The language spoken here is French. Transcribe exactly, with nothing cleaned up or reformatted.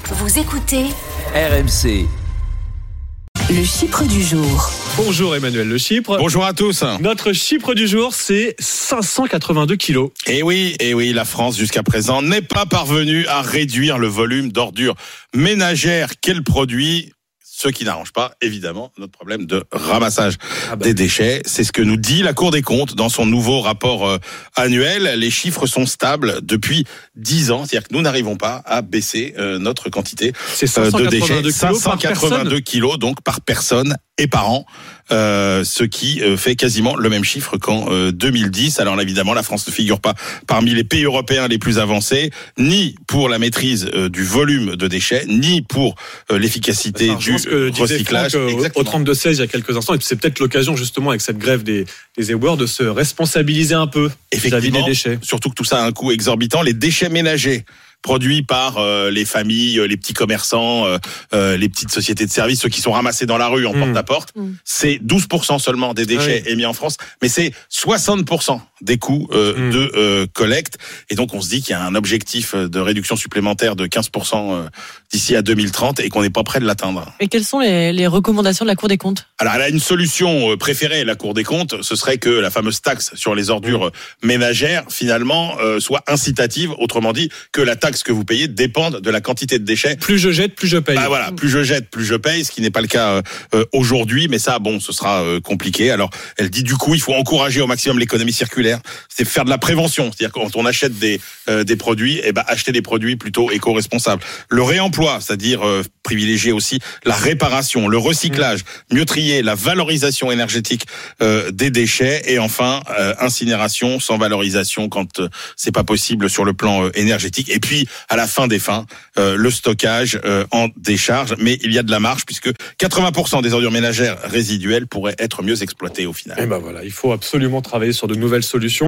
Vous écoutez R M C. Le Chypre du jour. Bonjour Emmanuel Le Chypre. Bonjour à tous. Notre Chypre du jour, c'est cinq cent quatre-vingt-deux kilos. Et oui, et oui, la France jusqu'à présent n'est pas parvenue à réduire le volume d'ordures ménagères qu'elle produit. Ce qui n'arrange pas, évidemment, notre problème de ramassage ah bah. des déchets. C'est ce que nous dit la Cour des comptes dans son nouveau rapport euh, annuel. Les chiffres sont stables depuis dix ans. C'est-à-dire que nous n'arrivons pas à baisser euh, notre quantité euh, de déchets. cinq cent quatre-vingt-deux kilos donc par personne et par an. Euh, ce qui euh, fait quasiment le même chiffre qu'en euh, deux mille dix. Alors évidemment, la France ne figure pas parmi les pays européens les plus avancés, ni pour la maîtrise euh, du volume de déchets, ni pour euh, l'efficacité enfin, du que recyclage. Franck, au trente-deux seize, il y a quelques instants, et c'est peut-être l'occasion justement avec cette grève des, des éboueurs de se responsabiliser un peu vis-à-vis des déchets. Surtout que tout ça a un coût exorbitant. Les déchets ménagers produits par euh, les familles, les petits commerçants, euh, euh, les petites sociétés de services, ceux qui sont ramassés dans la rue en mmh. porte-à-porte, mmh. c'est douze pour cent seulement des déchets ah oui. émis en France, mais c'est soixante pour cent des coûts euh, mmh. de euh, collecte. Et donc on se dit qu'il y a un objectif de réduction supplémentaire de quinze pour cent euh, d'ici à deux mille trente et qu'on n'est pas prêt de l'atteindre. Et quelles sont les, les recommandations de la Cour des comptes ? Alors elle a une solution préférée, la Cour des comptes, ce serait que la fameuse taxe sur les ordures mmh. ménagères, finalement, euh, soit incitative, autrement dit, que la taxe que vous payez dépendent de la quantité de déchets. Plus je jette, plus je paye. Bah voilà, plus je jette, plus je paye, ce qui n'est pas le cas euh, aujourd'hui, mais ça, bon, ce sera euh, compliqué. Alors, elle dit du coup, il faut encourager au maximum l'économie circulaire, c'est faire de la prévention, c'est-à-dire quand on achète des euh, des produits, et ben bah, acheter des produits plutôt éco-responsables. Le réemploi, c'est-à-dire euh, privilégier aussi la réparation, le recyclage, mmh. mieux trier, la valorisation énergétique euh, des déchets, et enfin euh, incinération sans valorisation quand euh, c'est pas possible sur le plan euh, énergétique. Et puis à la fin des fins, euh, le stockage euh, en décharge, mais il y a de la marge puisque quatre-vingts pour cent des ordures ménagères résiduelles pourraient être mieux exploitées au final. Et ben voilà, il faut absolument travailler sur de nouvelles solutions.